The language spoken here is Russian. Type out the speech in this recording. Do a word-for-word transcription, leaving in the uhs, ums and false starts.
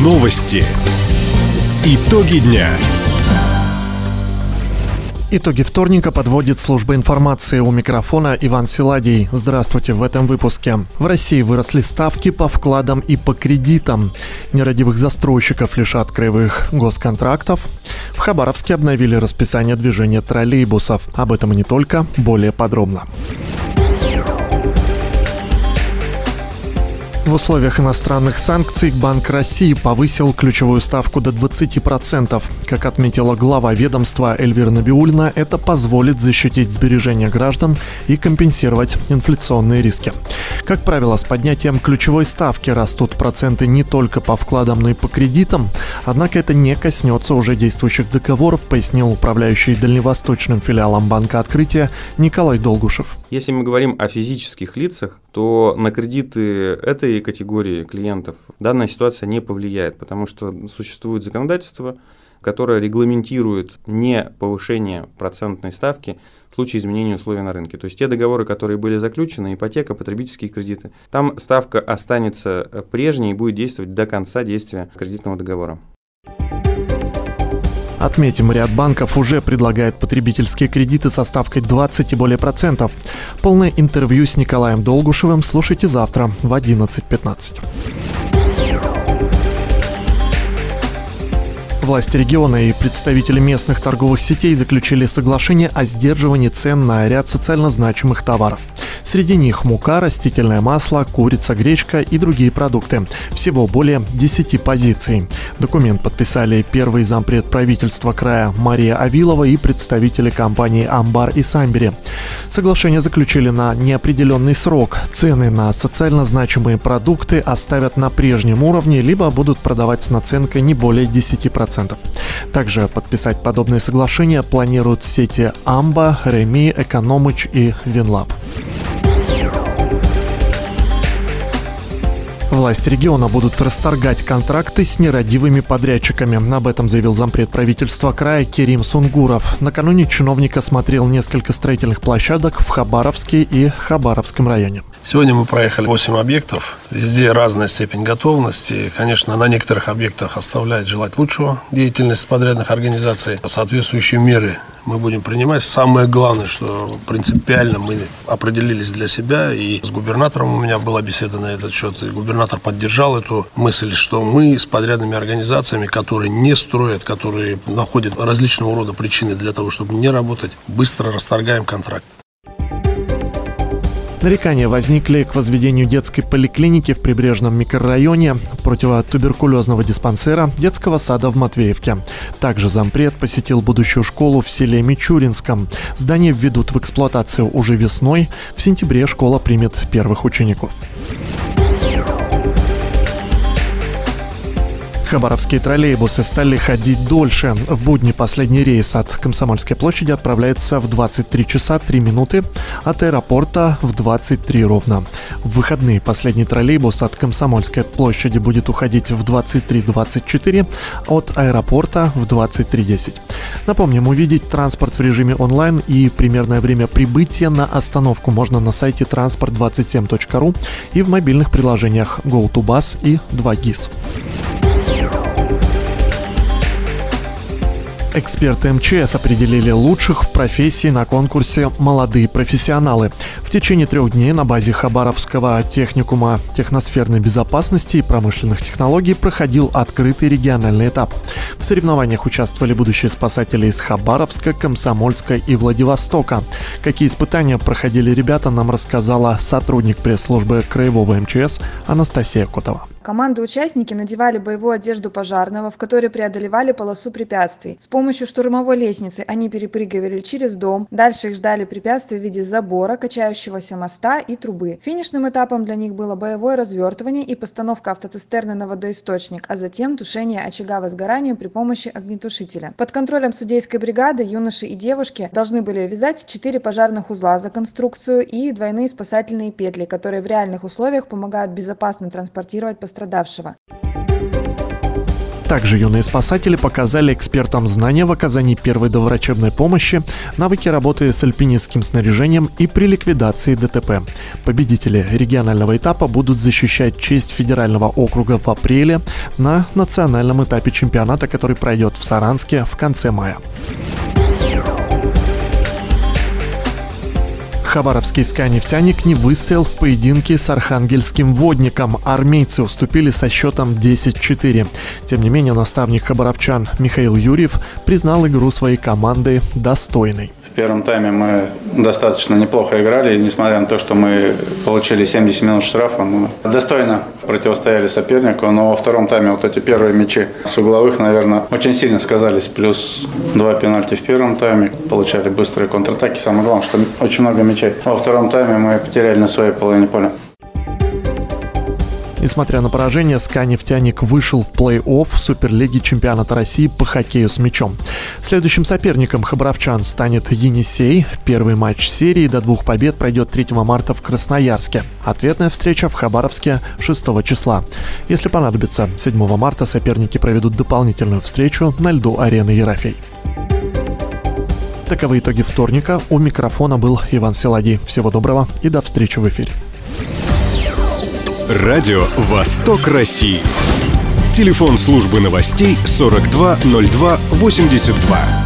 Новости. Итоги дня. Итоги вторника подводит служба информации. У микрофона Иван Силадий. Здравствуйте в этом выпуске. В России выросли ставки по вкладам и по кредитам. Нерадивых застройщиков лишат краевых госконтрактов. В Хабаровске обновили расписание движения троллейбусов. Об этом и не только, более подробно. В условиях иностранных санкций Банк России повысил ключевую ставку до двадцати процентов. Как отметила глава ведомства Эльвира Набиуллина, это позволит защитить сбережения граждан и компенсировать инфляционные риски. Как правило, с поднятием ключевой ставки растут проценты не только по вкладам, но и по кредитам. Однако это не коснется уже действующих договоров, пояснил управляющий дальневосточным филиалом Банка Открытия Николай Долгушев. Если мы говорим о физических лицах, то на кредиты этой категории клиентов данная ситуация не повлияет, потому что существует законодательство, которое регламентирует не повышение процентной ставки в случае изменения условий на рынке. То есть те договоры, которые были заключены, ипотека, потребительские кредиты, там ставка останется прежней и будет действовать до конца действия кредитного договора. Отметим, ряд банков уже предлагает потребительские кредиты со ставкой двадцать и более процентов. Полное интервью с Николаем Долгушевым слушайте завтра в одиннадцать пятнадцать. Власти региона и представители местных торговых сетей заключили соглашение о сдерживании цен на ряд социально значимых товаров. Среди них мука, растительное масло, курица, гречка и другие продукты. Всего более десяти позиций. Документ подписали первый зампред правительства края Мария Авилова и представители компаний «Амбар» и «Самбери». Соглашение заключили на неопределенный срок. Цены на социально значимые продукты оставят на прежнем уровне, либо будут продавать с наценкой не более десяти процентов. Также подписать подобные соглашения планируют сети «Амба», «Реми», «Экономыч» и «Винлаб». Власти региона будут расторгать контракты с нерадивыми подрядчиками. Об этом заявил зампред правительства края Керим Сунгуров. Накануне чиновник осмотрел несколько строительных площадок в Хабаровске и Хабаровском районе. Сегодня мы проехали восемь объектов. Везде разная степень готовности. Конечно, на некоторых объектах оставляет желать лучшего деятельность подрядных организаций. Соответствующие меры мы будем принимать. Самое главное, что принципиально мы определились для себя. И с губернатором у меня была беседа на этот счет. И губернатор поддержал эту мысль, что мы с подрядными организациями, которые не строят, которые находят различного рода причины для того, чтобы не работать, быстро расторгаем контракт. Нарекания возникли к возведению детской поликлиники в прибрежном микрорайоне, противотуберкулезного диспансера, детского сада в Матвеевке. Также зампред посетил будущую школу в селе Мичуринском. Здание введут в эксплуатацию уже весной. В сентябре школа примет первых учеников. Хабаровские троллейбусы стали ходить дольше. В будни последний рейс от Комсомольской площади отправляется в двадцать три часа три минуты, от аэропорта в двадцать три ровно. В выходные последний троллейбус от Комсомольской площади будет уходить в двадцать три двадцать четыре, от аэропорта в двадцать три десять. Напомним, увидеть транспорт в режиме онлайн и примерное время прибытия на остановку можно на сайте транспорт двадцать семь точка ру и в мобильных приложениях GoToBus и два гис. Эксперты эм че эс определили лучших в профессии на конкурсе «Молодые профессионалы». В течение трех дней на базе Хабаровского техникума техносферной безопасности и промышленных технологий проходил открытый региональный этап. В соревнованиях участвовали будущие спасатели из Хабаровска, Комсомольска и Владивостока. Какие испытания проходили ребята, нам рассказала сотрудник пресс-службы краевого эм че эс Анастасия Котова. Команды-участники надевали боевую одежду пожарного, в которой преодолевали полосу препятствий. С помощью штурмовой лестницы они перепрыгивали через дом, дальше их ждали препятствия в виде забора, качающегося моста и трубы. Финишным этапом для них было боевое развертывание и постановка автоцистерны на водоисточник, а затем тушение очага возгорания при помощи огнетушителя. Под контролем судейской бригады юноши и девушки должны были вязать четыре пожарных узла за конструкцию и двойные спасательные петли, которые в реальных условиях помогают безопасно транспортировать пострадавшего. Также юные спасатели показали экспертам знания в оказании первой доврачебной помощи, навыки работы с альпинистским снаряжением и при ликвидации ДТП. Победители регионального этапа будут защищать честь федерального округа в апреле на национальном этапе чемпионата, который пройдет в Саранске в конце мая. Хабаровский «СКА-нефтяник» не выстоял в поединке с архангельским «Водником». Армейцы уступили со счетом десять четыре. Тем не менее, наставник хабаровчан Михаил Юрьев признал игру своей команды достойной. В первом тайме мы достаточно неплохо играли, и несмотря на то, что мы получили семьдесят минут штрафа, мы достойно противостояли сопернику, но во втором тайме вот эти первые мячи с угловых, наверное, очень сильно сказались, плюс два пенальти в первом тайме, получали быстрые контратаки, самое главное, что очень много мячей. Во втором тайме мы потеряли на своей половине поля. Несмотря на поражение, «СКА-нефтяник» вышел в плей-офф Суперлиги чемпионата России по хоккею с мячом. Следующим соперником хабаровчан станет «Енисей». Первый матч серии до двух побед пройдет третьего марта в Красноярске. Ответная встреча в Хабаровске шестого числа. Если понадобится, седьмого марта соперники проведут дополнительную встречу на льду арены «Ерофей». Таковы итоги вторника. У микрофона был Иван Силадий. Всего доброго и до встречи в эфире. Радио «Восток России». Телефон службы новостей сорок два ноль два восемьдесят два.